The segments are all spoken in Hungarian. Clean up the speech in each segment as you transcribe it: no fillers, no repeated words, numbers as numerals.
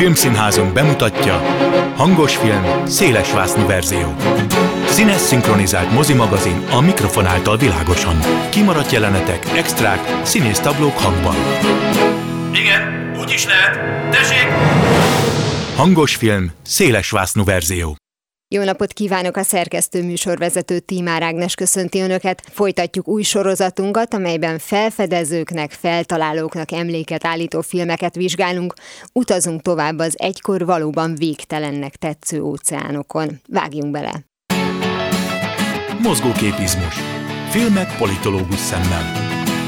Filmszínházunk bemutatja hangos film, szélesvásznú verzió. Színes szinkronizált mozimagazin a mikrofon által világosan. Kimaradt jelenetek, extrák, színésztablók hangban. Igen, úgy is lehet. Tessék! Hangos film, szélesvásznú verzió. Jó napot kívánok, a szerkesztő műsorvezető Tímár Ágnes köszönti Önöket. Folytatjuk új sorozatunkat, amelyben felfedezőknek, feltalálóknak emléket állító filmeket vizsgálunk. Utazunk tovább az egykor valóban végtelennek tetsző óceánokon. Vágjunk bele! Mozgóképizmus. Filmek politológus szemmel.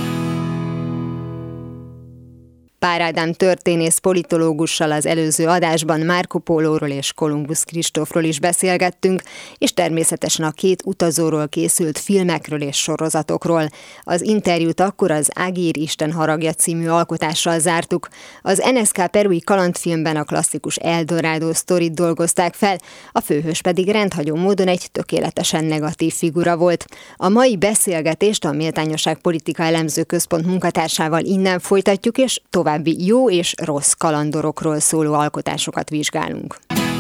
Pár Ádám történész politológussal az előző adásban Marco Polóról és Kolumbusz Kristófról is beszélgettünk, és természetesen a két utazóról készült filmekről és sorozatokról. Az interjút akkor az Aguirre Isten haragja című alkotással zártuk. Az NSK perui kalandfilmben a klasszikus Eldorado sztorit dolgozták fel, a főhős pedig rendhagyó módon egy tökéletesen negatív figura volt. A mai beszélgetést a Méltányosság Politika Elemző Központ munkatársával innen folytatjuk, és további jó és rossz kalandorokról szóló alkotásokat vizsgálunk.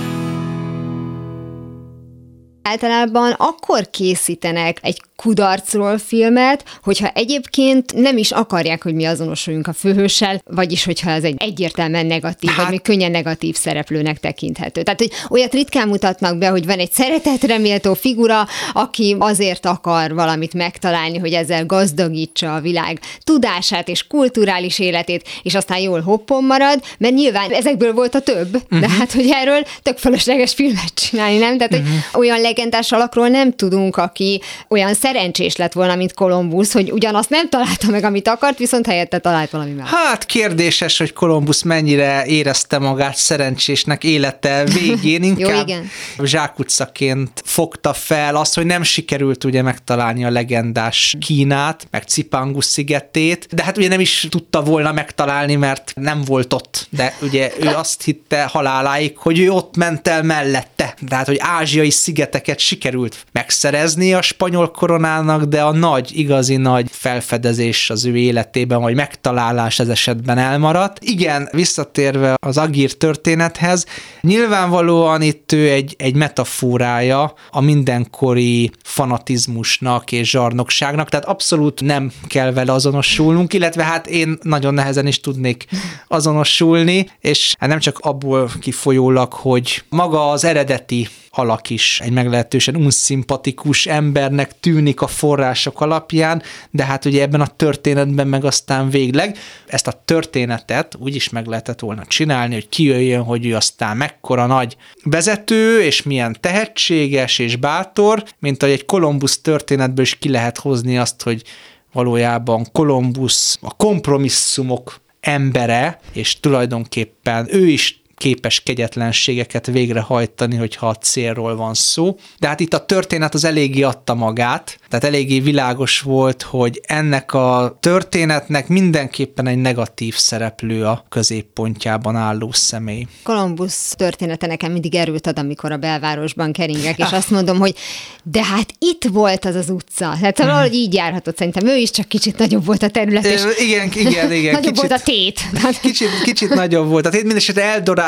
Általában akkor készítenek egy kudarcról filmet, hogyha egyébként nem is akarják, hogy mi azonosuljunk a főhőssel, vagyis hogyha ez egy egyértelműen negatív, vagy még könnyen negatív szereplőnek tekinthető. Tehát, hogy olyat ritkán mutatnak be, hogy van egy szeretetre méltó figura, aki azért akar valamit megtalálni, hogy ezzel gazdagítsa a világ tudását és kulturális életét, és aztán jól hoppon marad, mert nyilván ezekből volt a több, de hát, hogy erről tök fölösleges filmet csinálni, nem? Tehát, hogy olyan legendás alakról nem tudunk, aki olyan szerencsés lett volna, mint Kolumbusz, hogy ugyanazt nem találta meg, amit akart, viszont helyette talált valami más. Hát kérdéses, hogy Kolumbusz mennyire érezte magát szerencsésnek élete végén, inkább zsákutcaként fogta fel azt, hogy nem sikerült ugye megtalálni a legendás Kínát, meg Cipangus szigetét, de hát ugye nem is tudta volna megtalálni, mert nem volt ott, de ugye ő azt hitte haláláig, hogy ő ott ment el mellette, tehát hogy ázsiai szigeteket sikerült megszerezni a spanyol koronának, de a igazi nagy felfedezés az ő életében, vagy megtalálás ez esetben elmaradt. Igen, visszatérve az Aguirre történethez, nyilvánvalóan itt ő egy metaforája a mindenkori fanatizmusnak és zsarnokságnak, tehát abszolút nem kell vele azonosulnunk, illetve hát én nagyon nehezen is tudnék azonosulni, és nem csak abból kifolyólag, hogy maga az eredeti alak is egy meglehetősen unszimpatikus embernek tűnik a források alapján, de hát ugye ebben a történetben meg aztán végleg ezt a történetet úgy is meg lehetett volna csinálni, hogy kijöjjön, hogy ő aztán mekkora nagy vezető, és milyen tehetséges és bátor, mint ahogy egy Kolumbusz történetből is ki lehet hozni azt, hogy valójában Kolumbusz a kompromisszumok embere, és tulajdonképpen ő is képes kegyetlenségeket végrehajtani, hogyha a célról van szó. De hát itt a történet az eléggé adta magát, tehát eléggé világos volt, hogy ennek a történetnek mindenképpen egy negatív szereplő a középpontjában álló személy. Kolumbusz története nekem mindig erőt ad, amikor a belvárosban keringek, és azt mondom, hogy de hát itt volt az utca. Tehát valahogy így járhatott, szerintem ő is csak kicsit nagyobb volt a terület. És igen. nagyobb kicsit, volt a tét. Kicsit nagyobb volt a tét. Mindenesetre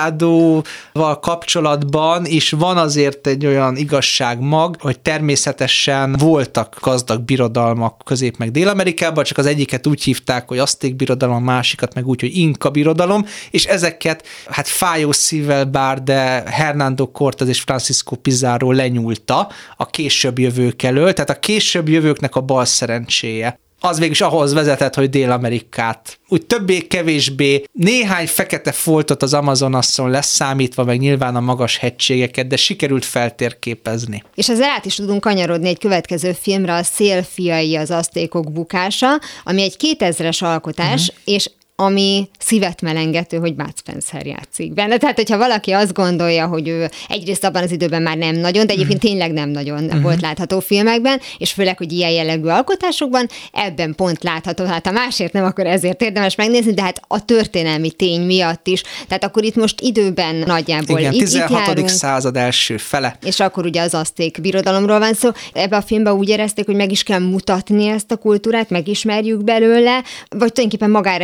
Eldorádóval kapcsolatban is van azért egy olyan igazságmag, hogy természetesen voltak gazdag birodalmak Közép- meg Dél-Amerikában, csak az egyiket úgy hívták, hogy azték birodalom, a másikat meg úgy, hogy Inka birodalom, és ezeket hát fájó szívvel bár, de Hernando Cortés és Francisco Pizarro lenyúlta a később jövők elől, tehát a később jövőknek a bal szerencséje. Az végülis ahhoz vezetett, hogy Dél-Amerikát úgy többé-kevésbé néhány fekete foltot az Amazonason leszámítva, meg nyilván a magas hegységeket, de sikerült feltérképezni. És ezzel át is tudunk kanyarodni egy következő filmre, a Szélfiai, az aztékok bukása, ami egy 2000-es alkotás, és ami szívet melengető, hogy Bud Spencer játszik benne. Tehát, hogyha valaki azt gondolja, hogy ő egyrészt abban az időben már nem nagyon, de egyébként tényleg nem nagyon volt látható filmekben, és főleg, hogy ilyen jellegű alkotásokban, ebben pont látható. Hát ha másért nem, akkor ezért érdemes megnézni, de hát a történelmi tény miatt is. Tehát akkor itt most időben nagyjából igen, itt 16. század első fele. És akkor ugye az azték birodalomról van szó. Ebbe a filmben úgy érezték, hogy meg is kell mutatni ezt a kultúrát, megismerjük belőle, vagy tulajdonképpen magára erre a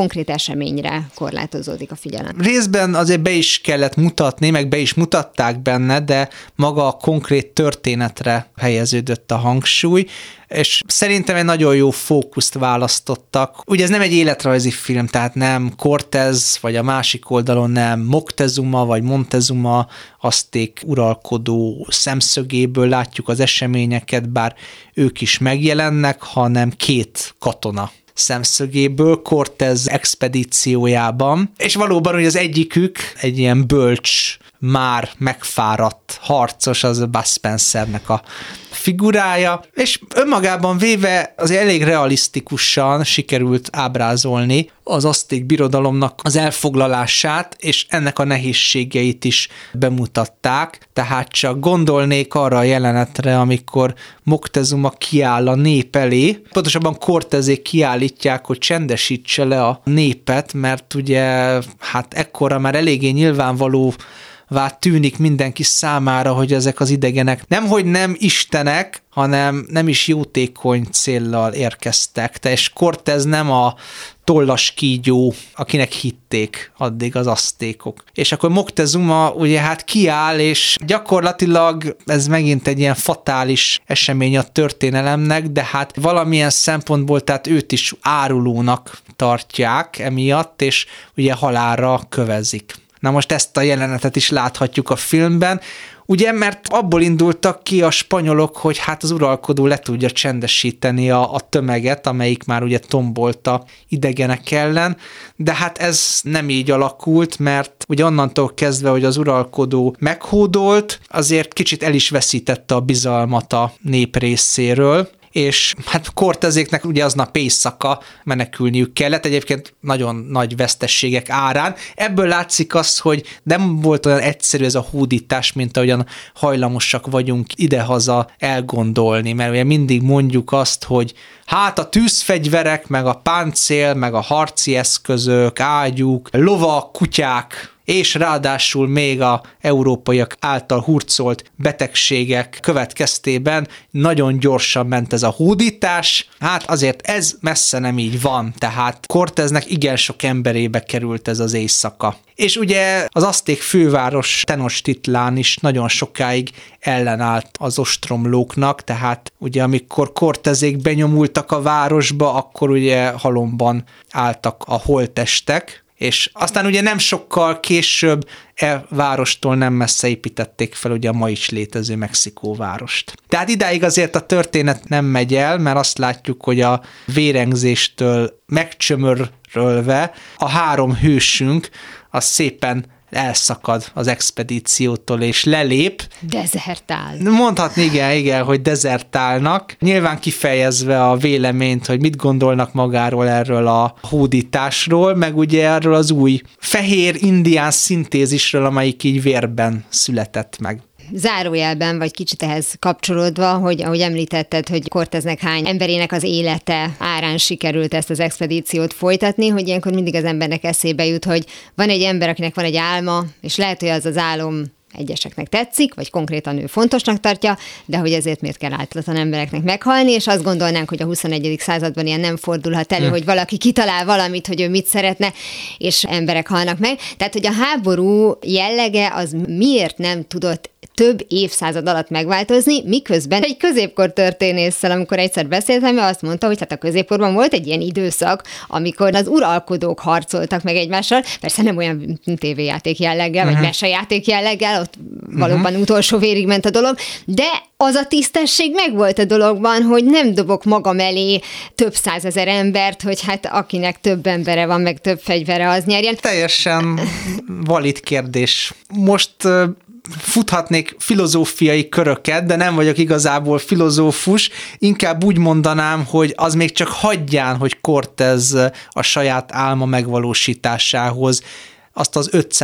konkrét eseményre korlátozódik a figyelem. Részben azért be is kellett mutatni, meg be is mutatták benne, de maga a konkrét történetre helyeződött a hangsúly, és szerintem egy nagyon jó fókuszt választottak. Ugye ez nem egy életrajzi film, tehát nem Cortez, vagy a másik oldalon nem Moctezuma, vagy Montezuma azték uralkodó szemszögéből látjuk az eseményeket, bár ők is megjelennek, hanem két katona szemszögéből, Cortez expedíciójában. És valóban, hogy az egyikük egy ilyen bölcs, már megfáradt harcos, az Bud Spencernek a figurája, és önmagában véve azért elég realisztikusan sikerült ábrázolni az azték birodalomnak az elfoglalását, és ennek a nehézségeit is bemutatták, tehát csak gondolnék arra a jelenetre, amikor Moctezuma kiáll a nép elé, pontosabban Cortezék kiállítják, hogy csendesítse le a népet, mert ugye hát ekkora már eléggé nyilvánvaló tűnik mindenki számára, hogy ezek az idegenek nemhogy nem istenek, hanem nem is jótékony céllal érkeztek. És Cortez nem a tollas kígyó, akinek hitték addig az aztékok. És akkor Moctezuma ugye hát kiáll, és gyakorlatilag ez megint egy ilyen fatális esemény a történelemnek, de hát valamilyen szempontból, tehát őt is árulónak tartják emiatt, és ugye halálra kövezik. Na most ezt a jelenetet is láthatjuk a filmben, ugye, mert abból indultak ki a spanyolok, hogy hát az uralkodó le tudja csendesíteni a tömeget, amelyik már ugye tombolt a idegenek ellen, de hát ez nem így alakult, mert ugye onnantól kezdve, hogy az uralkodó meghódolt, azért kicsit el is veszítette a bizalmat a nép részéről, és hát Cortezéknek ugye aznap éjszaka menekülniük kellett, egyébként nagyon nagy vesztességek árán. Ebből látszik az, hogy nem volt olyan egyszerű ez a hódítás, mint ahogyan hajlamosak vagyunk idehaza elgondolni, mert ugye mindig mondjuk azt, hogy hát a tűzfegyverek, meg a páncél, meg a harci eszközök, ágyúk, lovak, kutyák, és ráadásul még a európaiak által hurcolt betegségek következtében nagyon gyorsan ment ez a hódítás. Hát azért ez messze nem így van, tehát Corteznek igen sok emberébe került ez az éjszaka. És ugye az azték főváros Tenochtitlán is nagyon sokáig ellenállt az ostromlóknak, tehát ugye amikor Cortezék benyomultak a városba, akkor ugye halomban álltak a holttestek, és aztán ugye nem sokkal később várostól nem messze építették fel ugye a ma is létező Mexikó várost. Tehát idáig azért a történet nem megy el, mert azt látjuk, hogy a vérengzéstől megcsömörölve a három hősünk az szépen elszakad az expedíciótól, és lelép. Dezertál. Mondhatni igen, hogy dezertálnak. Nyilván kifejezve a véleményt, hogy mit gondolnak magáról erről a hódításról, meg ugye erről az új fehér indián szintézisről, amelyik így vérben született meg. Zárójelben, vagy kicsit ehhez kapcsolódva, hogy ahogy említetted, hogy Corteznek hány emberének az élete árán sikerült ezt az expedíciót folytatni, hogy ilyenkor mindig az embernek eszébe jut, hogy van egy ember, akinek van egy álma, és lehet, hogy az álom egyeseknek tetszik, vagy konkrétan ő fontosnak tartja, de hogy ezért miért kell átlatlan embereknek meghalni, és azt gondolnánk, hogy a 21. században ilyen nem fordulhat elő, hogy valaki kitalál valamit, hogy ő mit szeretne, és emberek halnak meg. Tehát, hogy a háború jellege az miért nem tudott több évszázad alatt megváltozni, miközben egy középkor történésszel, amikor egyszer beszéltem, azt mondta, hogy hát a középkorban volt egy ilyen időszak, amikor az uralkodók harcoltak meg egymással, persze nem olyan tévéjáték jelleggel, vagy mesejáték jelleggel, ott valóban utolsó vérig ment a dolog, de az a tisztesség megvolt a dologban, hogy nem dobok magam elé több százezer embert, hogy hát akinek több embere van, meg több fegyvere, az nyerjen. Teljesen valid kérdés. Most futhatnék filozófiai köröket, de nem vagyok igazából filozófus, inkább úgy mondanám, hogy az még csak hagyján, hogy Cortez a saját álma megvalósításához azt az 500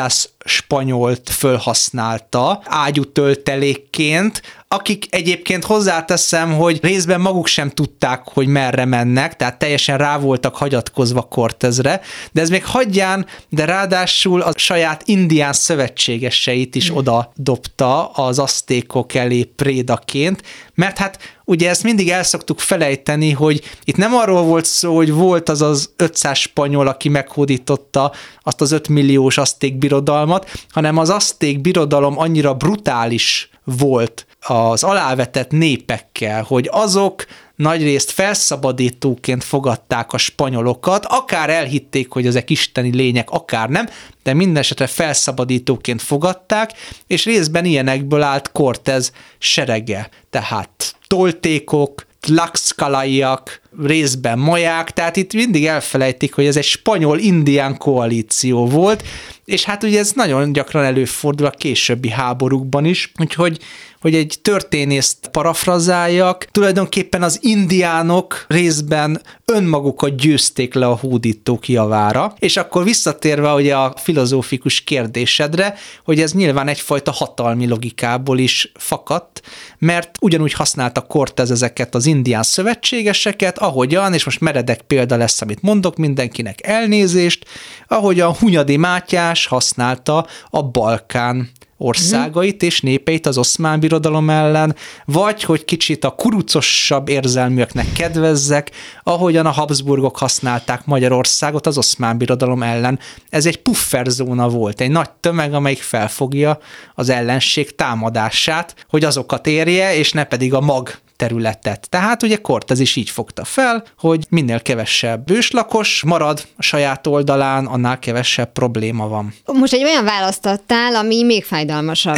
spanyolt fölhasználta ágyútöltelékként, akik egyébként hozzáteszem, hogy részben maguk sem tudták, hogy merre mennek, tehát teljesen rá voltak hagyatkozva Cortezre, de ez még hagyján, de ráadásul a saját indián szövetségeseit is oda dobta az aztékok elé prédaként, mert hát ugye ezt mindig el szoktuk felejteni, hogy itt nem arról volt szó, hogy volt az 500 spanyol, aki meghódította azt az 5 milliós azték birodalmat, hanem az azték birodalom annyira brutális volt az alávetett népekkel, hogy azok nagyrészt felszabadítóként fogadták a spanyolokat, akár elhitték, hogy ezek isteni lények, akár nem, de mindenesetre felszabadítóként fogadták, és részben ilyenekből állt Cortez serege. Tehát toltékok, tlaxcalaiak, részben maják, tehát itt mindig elfelejtik, hogy ez egy spanyol-indián koalíció volt, és hát ugye ez nagyon gyakran előfordul a későbbi háborúkban is, úgyhogy hogy egy történészt parafrazáljak, tulajdonképpen az indiánok részben önmagukat győzték le a hódítók javára, és akkor visszatérve ugye a filozófikus kérdésedre, hogy ez nyilván egyfajta hatalmi logikából is fakadt, mert ugyanúgy használta Cortez ezeket az indián szövetségeseket, ahogyan, és most meredek példa lesz, amit mondok, mindenkinek elnézést, ahogyan Hunyadi Mátyás használta a Balkán országait és népeit az Oszmán Birodalom ellen, vagy hogy kicsit a kurucosabb érzelműeknek kedvezzek, ahogyan a Habsburgok használták Magyarországot az Oszmán Birodalom ellen. Ez egy pufferzóna volt, egy nagy tömeg, amelyik felfogja az ellenség támadását, hogy azokat érje, és ne pedig a mag területet. Tehát ugye Cortez is így fogta fel, hogy minél kevesebb őslakos marad a saját oldalán, annál kevesebb probléma van. Most egy olyan választottál, ami még fájdalmasabb,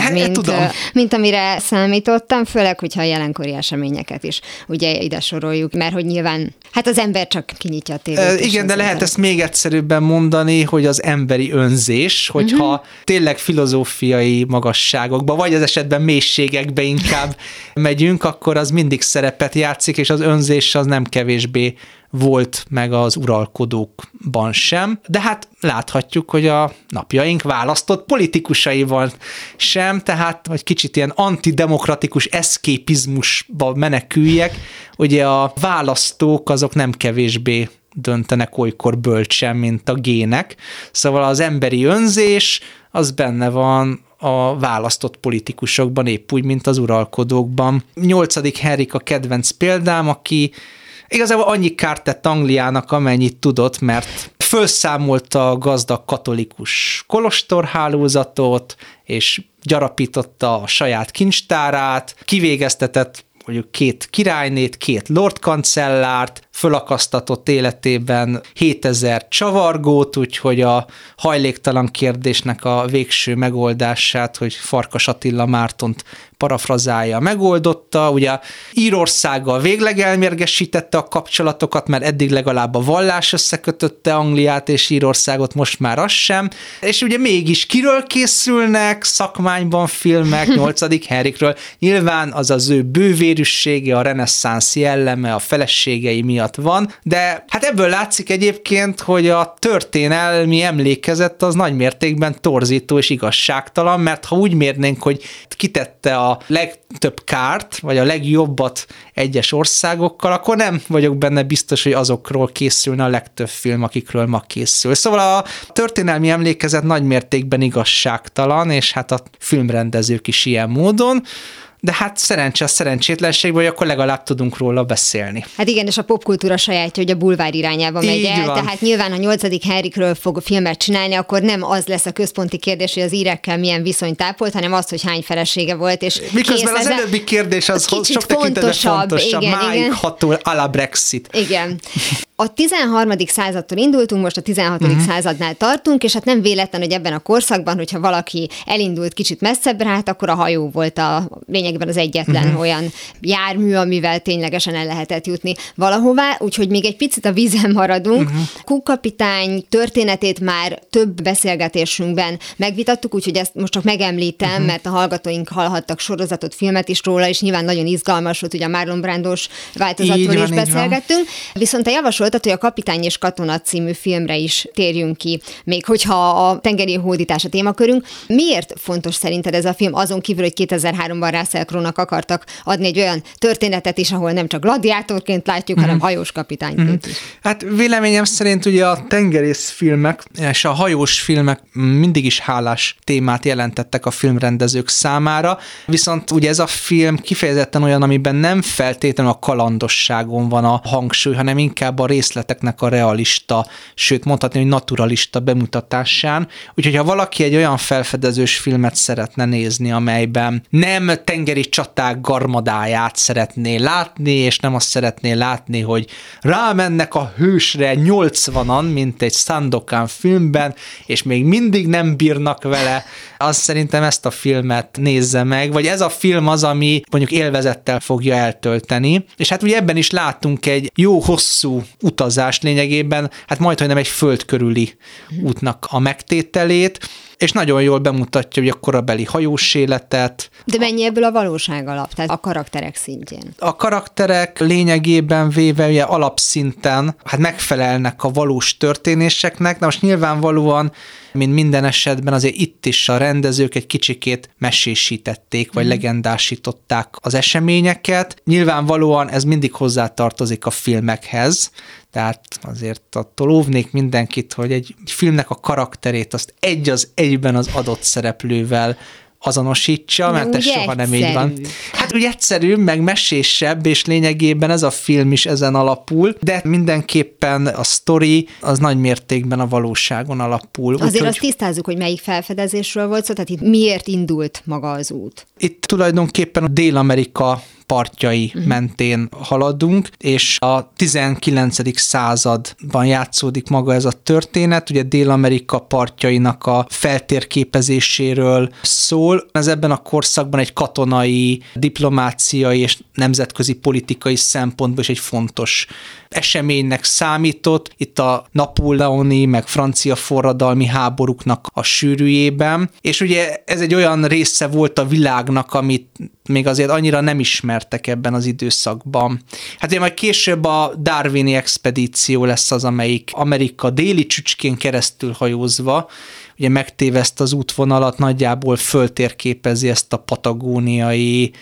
mint amire számítottam, főleg, hogyha a jelenkori eseményeket is ugye ide soroljuk, mert hogy nyilván, hát az ember csak kinyitja a tévét. Igen, de lehet ezt még egyszerűbben mondani, hogy az emberi önzés, hogyha tényleg filozófiai magasságokba, vagy az esetben mélységekbe inkább megyünk, akkor az mindig szerepet játszik, és az önzés az nem kevésbé volt meg az uralkodókban sem, de hát láthatjuk, hogy a napjaink választott politikusaival sem, tehát vagy kicsit ilyen antidemokratikus eszképizmusba meneküljek, ugye a választók azok nem kevésbé döntenek olykor bölcsen, mint a gének, szóval az emberi önzés az benne van a választott politikusokban, épp úgy, mint az uralkodókban. 8. Henrik a kedvenc példám, aki igazából annyi kárt tett Angliának, amennyit tudott, mert felszámolta a gazdag katolikus kolostorhálózatot, és gyarapította a saját kincstárát, kivégeztetett mondjuk 2 királynét, 2 lordkancellárt, fölakasztatott életében 7000 csavargót, úgyhogy a hajléktalan kérdésnek a végső megoldását, hogy Farkas Attila Mártont parafrazálja, megoldotta. Ugye Írországgal végleg elmérgesítette a kapcsolatokat, mert eddig legalább a vallás összekötötte Angliát és Írországot, most már az sem. És ugye mégis kiről készülnek szakmányban filmek 8. Henrikről? Nyilván az az ő bővérűsége, a reneszánsz jelleme, a feleségei miatt van, de hát ebből látszik egyébként, hogy a történelmi emlékezet az nagy mértékben torzító és igazságtalan, mert ha úgy mérnénk, hogy kitette a legtöbb kárt, vagy a legjobbat egyes országokkal, akkor nem vagyok benne biztos, hogy azokról készülne a legtöbb film, akikről ma készül. Szóval a történelmi emlékezet nagy mértékben igazságtalan, és hát a filmrendezők is ilyen módon, de hát szerencse a szerencsétlenség, vagy akkor legalább tudunk róla beszélni. Hát igen, és a popkultúra sajátja, hogy a bulvár irányába megy el, tehát nyilván a 8. Henrikről fog filmet csinálni, akkor nem az lesz a központi kérdés, hogy az írekkel milyen viszonyt ápolt, hanem az, hogy hány felesége volt, és miközben az előbbi kérdés az sok tekintetben fontosabb, máig hatol a la Brexit. Igen. A 13. századtól indultunk, most a 16. századnál tartunk, és hát nem véletlen, hogy ebben a korszakban, hogyha valaki elindult kicsit messzebbre, hát akkor a hajó volt a lényeg lényegben az egyetlen olyan jármű, amivel ténylegesen el lehetett jutni valahová, úgyhogy még egy picit a vízen maradunk. Cook kapitány történetét már több beszélgetésünkben megvitattuk, úgyhogy ezt most csak megemlítem, mert a hallgatóink hallhattak sorozatot, filmet is róla, és nyilván nagyon izgalmas volt, ugye a Marlon Brandos változatról is beszélgettünk. Viszont te javasoltad, hogy a Kapitány és Katona című filmre is térjünk ki, még hogyha a tengeri hódítás a témakörünk. Miért fontos szerinted ez a film, azon kívül, hogy 2003-ban Russell Crowe-nak akartak adni egy olyan történetet is, ahol nem csak gladiátorként látjuk, hanem hajós kapitányként is? Hát véleményem szerint ugye a tengerész filmek és a hajós filmek mindig is hálás témát jelentettek a filmrendezők számára, viszont ugye ez a film kifejezetten olyan, amiben nem feltétlenül a kalandosságon van a hangsúly, hanem inkább a részleteknek a realista, sőt mondhatni, hogy naturalista bemutatásán. Úgyhogy ha valaki egy olyan felfedezős filmet szeretne nézni, amelyben nem tengeri csaták garmadáját szeretné látni, és nem azt szeretné látni, hogy rámennek a hősre 80-an, mint egy Sandokan filmben, és még mindig nem bírnak vele, az szerintem ezt a filmet nézze meg, vagy ez a film az, ami mondjuk élvezettel fogja eltölteni. És hát ugye ebben is látunk egy jó hosszú utazást lényegében, hát majdhogy nem egy föld körüli útnak a megtételét, és nagyon jól bemutatja ugye a korabeli hajós életet. De mennyi ebből a valóság alap, tehát a karakterek szintjén? A karakterek lényegében véve ugye alapszinten hát megfelelnek a valós történéseknek, de most nyilvánvalóan, mint minden esetben azért itt is a rendezők egy kicsikét mesésítették, vagy legendásították az eseményeket. Nyilvánvalóan ez mindig hozzátartozik a filmekhez, tehát azért attól óvnék mindenkit, hogy egy filmnek a karakterét azt egyben az adott szereplővel azonosítsa, mert ez soha nem így van. Hát úgy egyszerű, meg mesésebb, és lényegében ez a film is ezen alapul, de mindenképpen a sztori az nagy mértékben a valóságon alapul. Azért azt tisztázzuk, hogy melyik felfedezésről volt szó, tehát itt miért indult maga az út? Itt tulajdonképpen a Dél-Amerika partjai mentén haladunk, és a 19. században játszódik maga ez a történet, ugye Dél-Amerika partjainak a feltérképezéséről szól. Ez ebben a korszakban egy katonai, diplomáciai és nemzetközi politikai szempontból is egy fontos eseménynek számított, itt a napóleoni, meg francia forradalmi háborúknak a sűrűjében, és ugye ez egy olyan része volt a világnak, amit még azért annyira nem ismertek ebben az időszakban. Hát ugye majd később a darwini expedíció lesz az, amelyik Amerika déli csücskén keresztül hajózva, ugye megtéveszt az útvonalat, nagyjából föltérképezi ezt a patagóniai,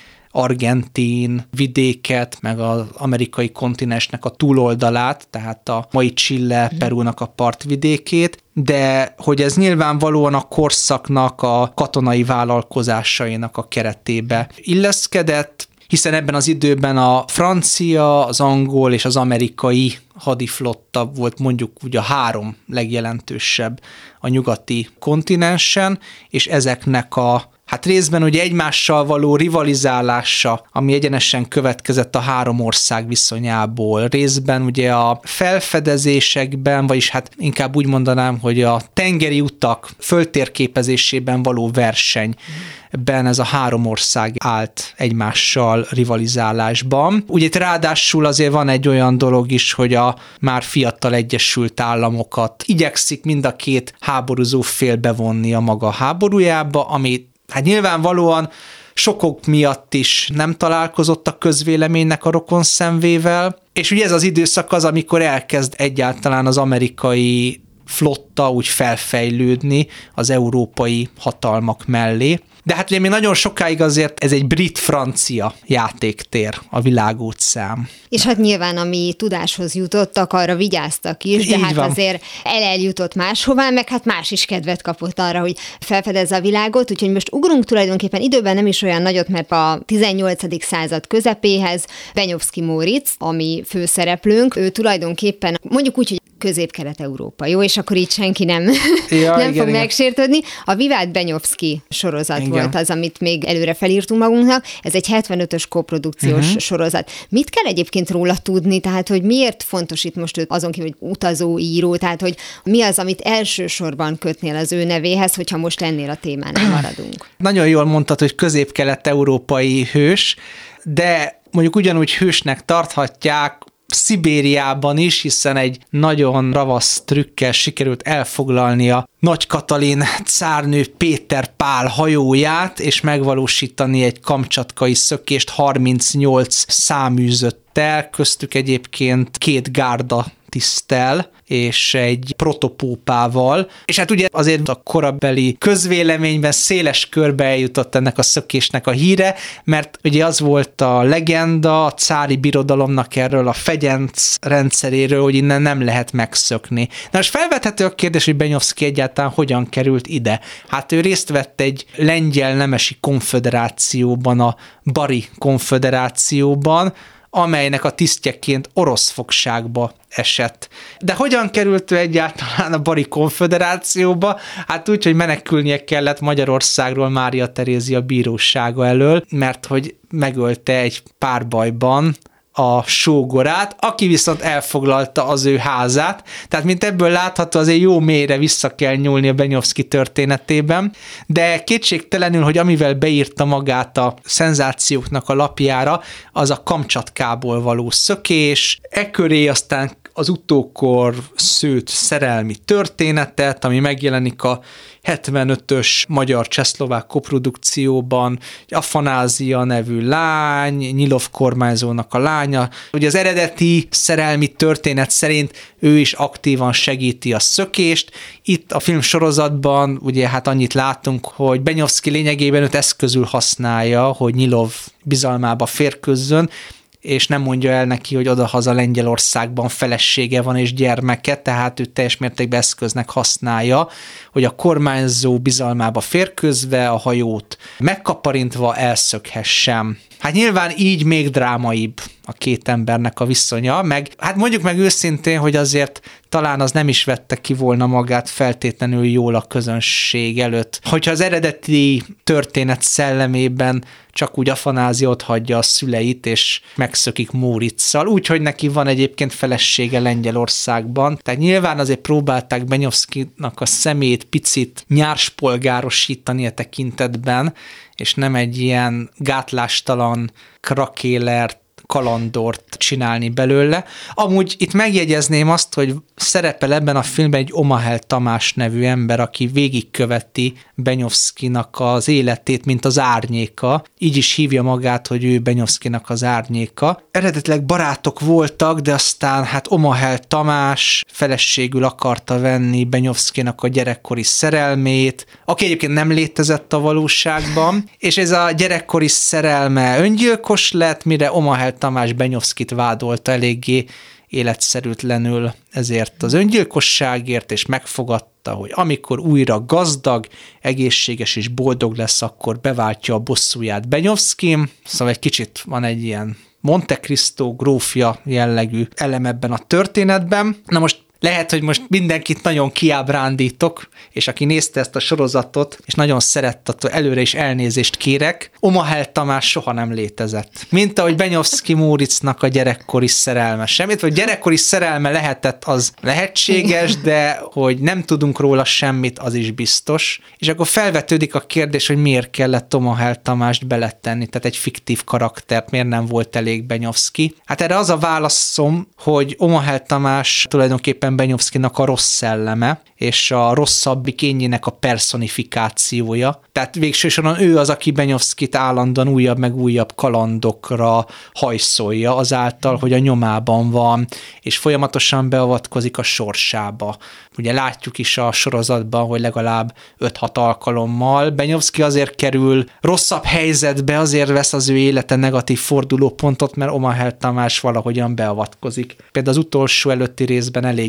argentin vidéket, meg az amerikai kontinensnek a túloldalát, tehát a mai Chile, Perúnak a partvidékét, de hogy ez nyilvánvalóan a korszaknak a katonai vállalkozásainak a keretébe illeszkedett, hiszen ebben az időben a francia, az angol és az amerikai hadiflotta volt mondjuk ugye a 3 legjelentősebb a nyugati kontinensen, és ezeknek a hát részben ugye egymással való rivalizálása, ami egyenesen következett a 3 ország viszonyából, részben ugye a felfedezésekben, vagyis hát inkább úgy mondanám, hogy a tengeri utak föltérképezésében való versenyben ez a 3 ország állt egymással rivalizálásban. Ugye itt ráadásul azért van egy olyan dolog is, hogy a már fiatal Egyesült Államokat igyekszik mind a 2 háborúzó fél bevonni a maga háborújába, ami hát nyilvánvalóan sokok miatt is nem találkozott a közvéleménynek a rokonszenvével, és ugye ez az időszak az, amikor elkezd egyáltalán az amerikai flotta úgy felfejlődni az európai hatalmak mellé. De hát ugye még nagyon sokáig azért ez egy brit-francia játéktér, a világóceán. És hát nyilván, ami tudáshoz jutottak, arra vigyáztak is, de hát azért eljutott máshová, meg hát más is kedvet kapott arra, hogy felfedezze a világot, úgyhogy most ugrunk tulajdonképpen időben nem is olyan nagyot, mert a 18. század közepéhez Benyovszky Móricz, ami főszereplőnk, ő tulajdonképpen mondjuk úgy, hogy Közép-Kelet-Európa, jó? És akkor így senki nem igen, fog megsértődni. A Vivát Benyovszky sorozat volt az, amit még előre felírtunk magunknak. Ez egy 75-ös koprodukciós sorozat. Mit kell egyébként róla tudni? Tehát, hogy miért fontos itt most azon kívül, hogy utazó író, tehát, hogy mi az, amit elsősorban kötnél az ő nevéhez, hogyha most lennél a témánál maradunk? Nagyon jól mondtad, hogy közép-kelet-európai hős, de mondjuk ugyanúgy hősnek tarthatják Szibériában is, hiszen egy nagyon ravasz trükkel sikerült elfoglalnia Nagy Katalin cárnő Péter Pál hajóját, és megvalósítani egy kamcsatkai szökést 38 száműzöttel, köztük egyébként 2 gárda tiszttel, és egy protopópával, és hát ugye azért a korabeli közvéleményben széles körbe eljutott ennek a szökésnek a híre, mert ugye az volt a legenda a cári birodalomnak erről a fegyenc rendszeréről, hogy innen nem lehet megszökni. Na most felvethető a kérdés, hogy Benyovszky egyáltalán hogyan került ide. Hát ő részt vett egy lengyel nemesi konföderációban, a Bari konföderációban, amelynek a tisztjeként orosz fogságba esett. De hogyan került ő egyáltalán a Bari konföderációba? Hát úgy, hogy menekülnie kellett Magyarországról Mária Terézia bírósága elől, mert hogy megölte egy párbajban a sógorát, aki viszont elfoglalta az ő házát. Tehát, mint ebből látható, azért jó mélyre vissza kell nyúlni a Benyovszky történetében, de kétségtelenül, hogy amivel beírta magát a szenzációknak a lapjára, az a Kamcsatkából való szökés, eköré aztán az utókor szőtt szerelmi történetet, ami megjelenik a 75-ös magyar-csehszlovák koprodukcióban, Afanázia nevű lány, Nyilov kormányzónak a lánya. Ugye az eredeti szerelmi történet szerint ő is aktívan segíti a szökést. Itt a filmsorozatban ugye hát annyit látunk, hogy Benyovszky lényegében őt eszközül használja, hogy Nyilov bizalmába férkőzzön, és nem mondja el neki, hogy odahaza Lengyelországban felesége van és gyermeke, tehát ő teljes mértékben eszköznek használja, hogy a kormányzó bizalmába férkőzve a hajót megkaparintva elszökhessem. Hát nyilván így még drámaibb a két embernek a viszonya, meg hát mondjuk meg őszintén, hogy azért talán az nem is vette ki volna magát feltétlenül jól a közönség előtt. Hogyha az eredeti történet szellemében csak úgy Afanázia ott hagyja a szüleit, és megszökik Móriczal, úgyhogy neki van egyébként felesége Lengyelországban. Tehát nyilván azért próbálták Benyovszkynak a szemét picit nyárspolgárosítani a tekintetben, és nem egy ilyen gátlástalan krakélert, kalandort csinálni belőle. Amúgy itt megjegyezném azt, hogy szerepel ebben a filmben egy Omahel Tamás nevű ember, aki végigköveti Benyovszkynak az életét, mint az árnyéka. Így is hívja magát, hogy ő Benyovszkynak az árnyéka. Eredetileg barátok voltak, de aztán hát Omahel Tamás feleségül akarta venni Benyovszkynak a gyerekkori szerelmét, aki egyébként nem létezett a valóságban, és ez a gyerekkori szerelme öngyilkos lett, mire Omahel Tamás Benyovszkyt vádolta eléggé életszerűtlenül ezért az öngyilkosságért, és megfogadta, hogy amikor újra gazdag, egészséges és boldog lesz, akkor beváltja a bosszúját Benyovszkym. Szóval egy kicsit van egy ilyen Monte Cristo grófja jellegű elem ebben a történetben. Na most lehet, hogy most mindenkit nagyon kiábrándítok, és aki nézte ezt a sorozatot, és nagyon szerette, előre is elnézést kérek, Omahel Tamás soha nem létezett. Mint ahogy Benyovszky Móricznak a gyerekkori szerelme semmit, vagy gyerekkori szerelme lehetett, az lehetséges, de hogy nem tudunk róla semmit, az is biztos. És akkor felvetődik a kérdés, hogy miért kellett Omahel Tamást beletenni, tehát egy fiktív karaktert, miért nem volt elég Benyovszky. Hát erre az a válaszom, hogy Omahel Tamás tulajdonképpen Benyovszkynak a rossz szelleme, és a rosszabbik énjének a personifikációja. Tehát végsősorban ő az, aki Benyovszkyt állandóan újabb meg újabb kalandokra hajszolja, azáltal, hogy a nyomában van, és folyamatosan beavatkozik a sorsába. Ugye látjuk is a sorozatban, hogy legalább 5-6 alkalommal Benyovszky azért kerül rosszabb helyzetbe, azért vesz az ő élete negatív fordulópontot, mert Omahel Tamás valahogyan beavatkozik. Például az utolsó előtti részben elég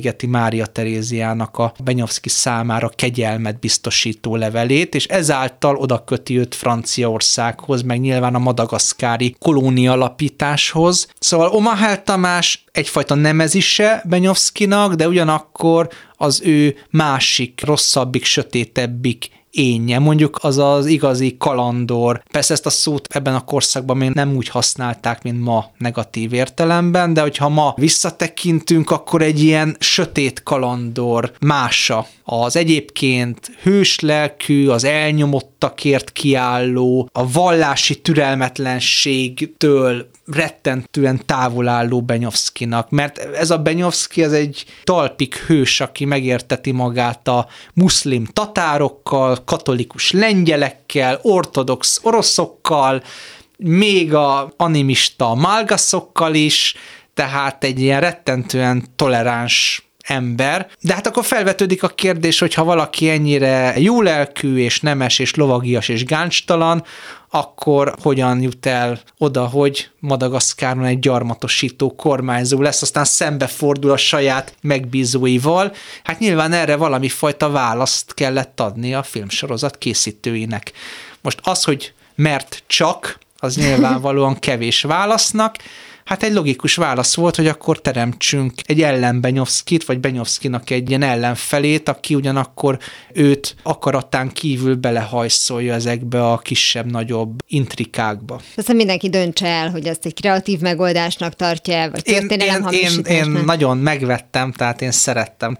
megégeti Mária Teréziának a Benyovszky számára kegyelmet biztosító levelét, és ezáltal oda köti őt Franciaországhoz, meg nyilván a madagaszkári kolónia alapításhoz. Szóval Omahel Tamás egyfajta nemezise Benyovszkynak, de ugyanakkor az ő másik, rosszabbik, sötétebbik énje, mondjuk az az igazi kalandor. Persze ezt a szót ebben a korszakban még nem úgy használták, mint ma negatív értelemben, de hogyha ma visszatekintünk, akkor egy ilyen sötét kalandor mása. Az egyébként hős lelkű, az elnyomottakért kiálló, a vallási türelmetlenségtől rettentően távol álló Benyovszkynak, mert ez a Benyovszky ez egy talpig hős, aki megérteti magát a muszlim tatárokkal, katolikus lengyelekkel, ortodox oroszokkal, még a animista malgaszokkal is, tehát egy ilyen rettentően toleráns ember. De hát akkor felvetődik a kérdés, hogy ha valaki ennyire jólelkű és nemes és lovagias és gáncstalan, akkor hogyan jut el oda, hogy Madagaszkáron egy gyarmatosító kormányzó lesz, aztán szembefordul a saját megbízóival. Hát nyilván erre valami fajta választ kellett adni a filmsorozat készítőinek. Most az, hogy mert csak, az nyilvánvalóan kevés válasznak, hát egy logikus válasz volt, hogy akkor teremtsünk egy ellen Benyovszkyt, vagy Benyovszkynak egy ilyen ellenfelét, aki ugyanakkor őt akaratán kívül belehajszolja ezekbe a kisebb-nagyobb intrikákba. Aztán mindenki döntse el, hogy ezt egy kreatív megoldásnak tartja, vagy történelemhamisításnak. Én nagyon megvettem, tehát én szerettem.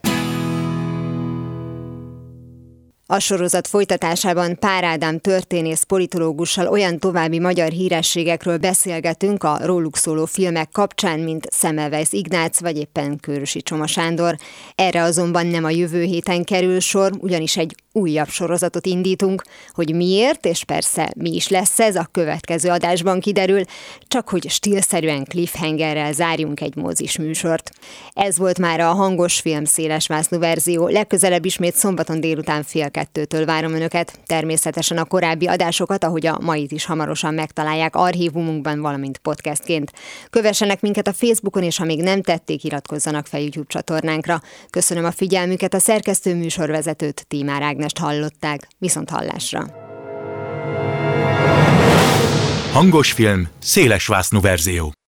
A sorozat folytatásában Pár Ádám történész politológussal olyan további magyar hírességekről beszélgetünk a róluk szóló filmek kapcsán, mint Semmelweis Ignác vagy éppen Kőrösi Csoma Sándor. Erre azonban nem a jövő héten kerül sor, ugyanis egy újabb sorozatot indítunk, hogy miért, és persze mi is lesz ez, a következő adásban kiderül, csak hogy stílszerűen cliffhangerrel zárjunk egy mozis műsort. Ez volt már a Hangos Film szélesvásznú verzió, legközelebb ismét szombaton délután 1:30 várom Önöket, természetesen a korábbi adásokat, ahogy a mait is hamarosan megtalálják archívumunkban, valamint podcastként. Kövessenek minket a Facebookon, és ha még nem tették, iratkozzanak fel YouTube csatornánkra. Köszönöm a figyelmüket, a szerkesztő műsorvezetőt, Tímár Ágnest hallották. Viszont hallásra! Hangos Film szélesvásznú verzió.